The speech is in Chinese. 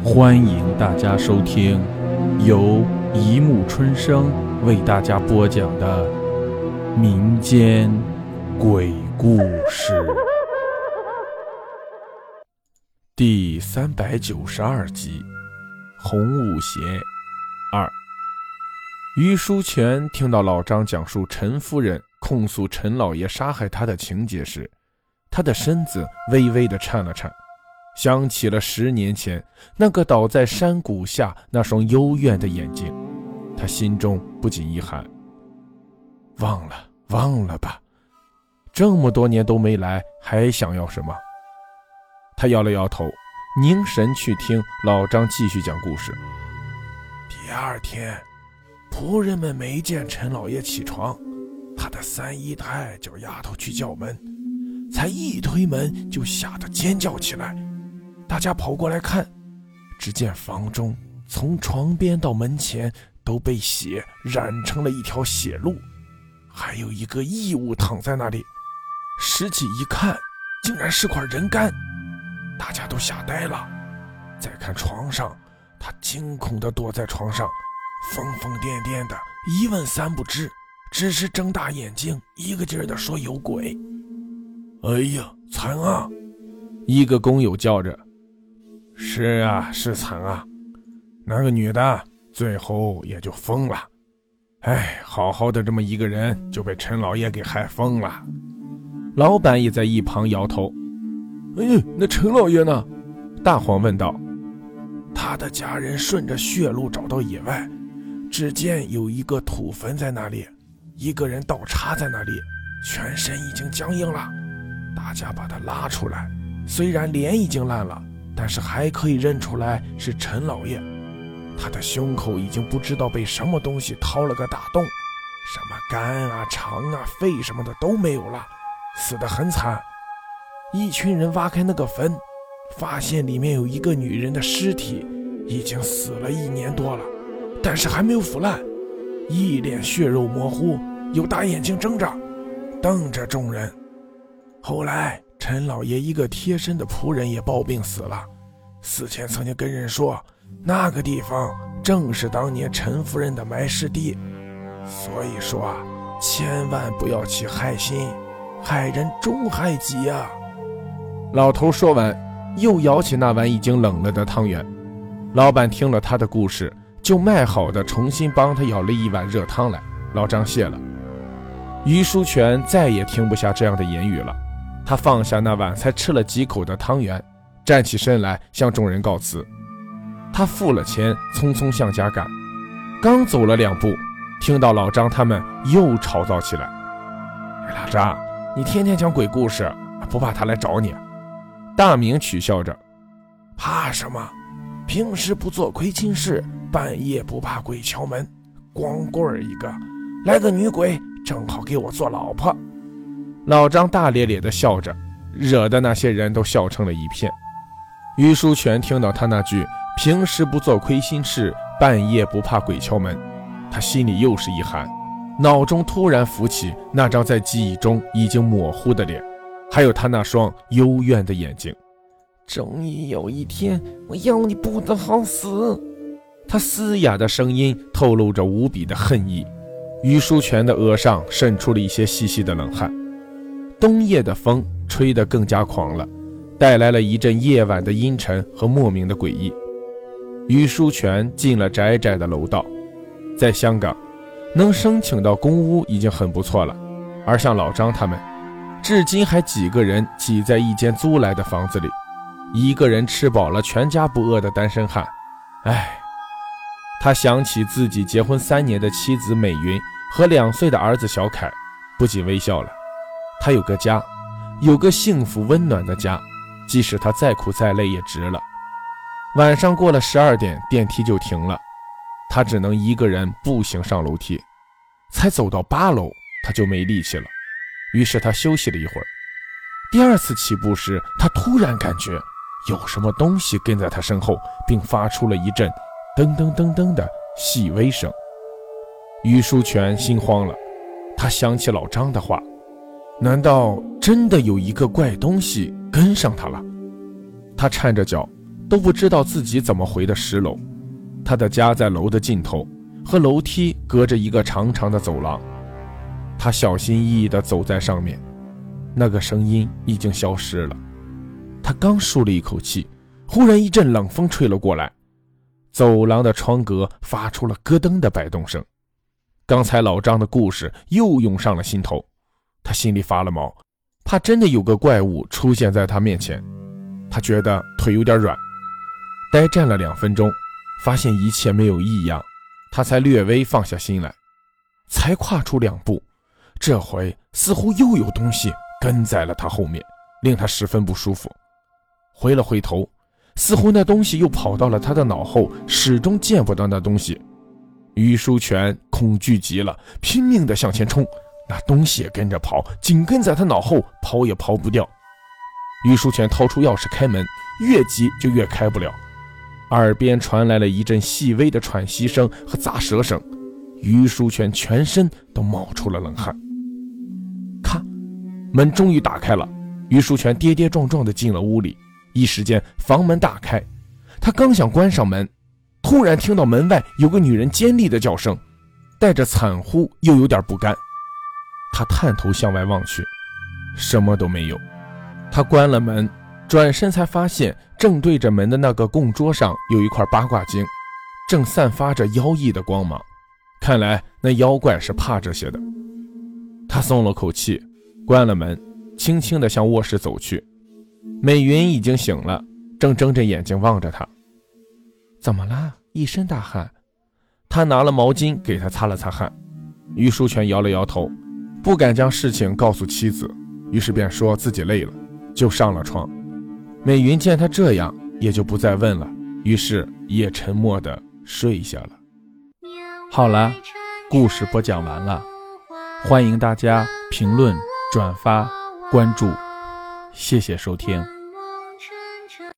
欢迎大家收听由一木春生为大家播讲的民间鬼故事第392集红舞鞋2。于书全听到老张讲述陈夫人控诉陈老爷杀害他的情节时，他的身子微微地颤了颤，想起了10年前那个倒在山谷下那双幽怨的眼睛，他心中不禁一寒，忘了吧，这么多年都没来，还想要什么？他摇了摇头，凝神去听老张继续讲故事。第二天，仆人们没见陈老爷起床，他的三姨太叫丫头去叫门，才一推门就吓得尖叫起来。大家跑过来看，只见房中从床边到门前都被血染成了一条血路，还有一个异物躺在那里，拾起一看，竟然是块人干。大家都吓呆了。再看床上，他惊恐地躲在床上，疯疯癫癫的，一问三不知，只是睁大眼睛一个劲儿地说有鬼。哎呀，惨啊！一个工友叫着。是啊，是惨啊，那个女的最后也就疯了。哎，好好的这么一个人就被陈老爷给害疯了。老板也在一旁摇头。哎呀，那陈老爷呢？大黄问道。他的家人顺着血路找到野外，只见有一个土坟在那里，一个人倒插在那里，全身已经僵硬了。大家把他拉出来，虽然脸已经烂了，但是还可以认出来是陈老爷。他的胸口已经不知道被什么东西掏了个大洞，什么肝啊、肠啊、肺什么的都没有了，死得很惨。一群人挖开那个坟，发现里面有一个女人的尸体，已经死了1年多了，但是还没有腐烂，一脸血肉模糊，有大眼睛睁着，瞪着众人。后来陈老爷一个贴身的仆人也暴病死了，死前曾经跟人说，那个地方正是当年陈夫人的埋尸地。所以说啊，千万不要起害心，害人终害己啊。老头说完，又舀起那碗已经冷了的汤圆。老板听了他的故事，就卖好的重新帮他舀了一碗热汤来。老张谢了。于书全再也听不下这样的言语了，他放下那碗才吃了几口的汤圆，站起身来向众人告辞。他付了钱，匆匆向家赶。刚走了2步，听到老张他们又吵闹起来。老张，你天天讲鬼故事，不怕他来找你？大明取笑着。怕什么？平时不做亏心事，半夜不怕鬼敲门，光棍一个，来个女鬼正好给我做老婆。老张大咧咧地笑着，惹得那些人都笑成了一片。于书全听到他那句平时不做亏心事，半夜不怕鬼敲门，他心里又是一寒，脑中突然浮起那张在记忆中已经模糊的脸，还有他那双幽怨的眼睛。终于有一天，我要你不得好死。他嘶哑的声音透露着无比的恨意。于书全的额上渗出了一些细细的冷汗。冬夜的风吹得更加狂了，带来了一阵夜晚的阴沉和莫名的诡异。于书全进了窄窄的楼道。在香港，能申请到公屋已经很不错了，而像老张他们，至今还几个人挤在一间租来的房子里，一个人吃饱了全家不饿的单身汉。他想起自己结婚3年的妻子美云和2岁的儿子小凯，不禁微笑了。他有个家，有个幸福温暖的家，即使他再苦再累也值了。晚上过了12点，电梯就停了，他只能一个人步行上楼梯。才走到8楼，他就没力气了，于是他休息了一会儿。第2次起步时，他突然感觉有什么东西跟在他身后，并发出了一阵噔噔噔噔的细微声。于书全心慌了，他想起老张的话，难道真的有一个怪东西跟上他了？他颤着脚都不知道自己怎么回的10楼。他的家在楼的尽头，和楼梯隔着一个长长的走廊。他小心翼翼地走在上面，那个声音已经消失了。他刚舒了一口气，忽然一阵冷风吹了过来，走廊的窗格发出了咯噔的摆动声。刚才老张的故事又涌上了心头，他心里发了毛，怕真的有个怪物出现在他面前。他觉得腿有点软，呆站了2分钟，发现一切没有异样，他才略微放下心来。才跨出2步，这回似乎又有东西跟在了他后面，令他十分不舒服。回了回头，似乎那东西又跑到了他的脑后，始终见不到那东西。于书全恐惧极了，拼命地向前冲，那东西也跟着跑，紧跟在他脑后，跑也跑不掉。于书全掏出钥匙开门，越急就越开不了，耳边传来了一阵细微的喘息声和咂舌声，于书全全身都冒出了冷汗。咔，门终于打开了，于书全跌跌撞撞地进了屋里，一时间房门大开，他刚想关上门，突然听到门外有个女人尖利的叫声，带着惨呼又有点不甘。他探头向外望去，什么都没有。他关了门，转身才发现正对着门的那个供桌上有一块八卦镜，正散发着妖异的光芒，看来那妖怪是怕这些的。他松了口气，关了门，轻轻地向卧室走去。美云已经醒了，正睁着眼睛望着他。怎么啦？一身大汗。他拿了毛巾给他擦了擦汗。于书全摇了摇头，不敢将事情告诉妻子，于是便说自己累了，就上了床。美云见他这样，也就不再问了，于是也沉默地睡下了。 好了，故事播讲完了，欢迎大家评论、转发、关注，谢谢收听。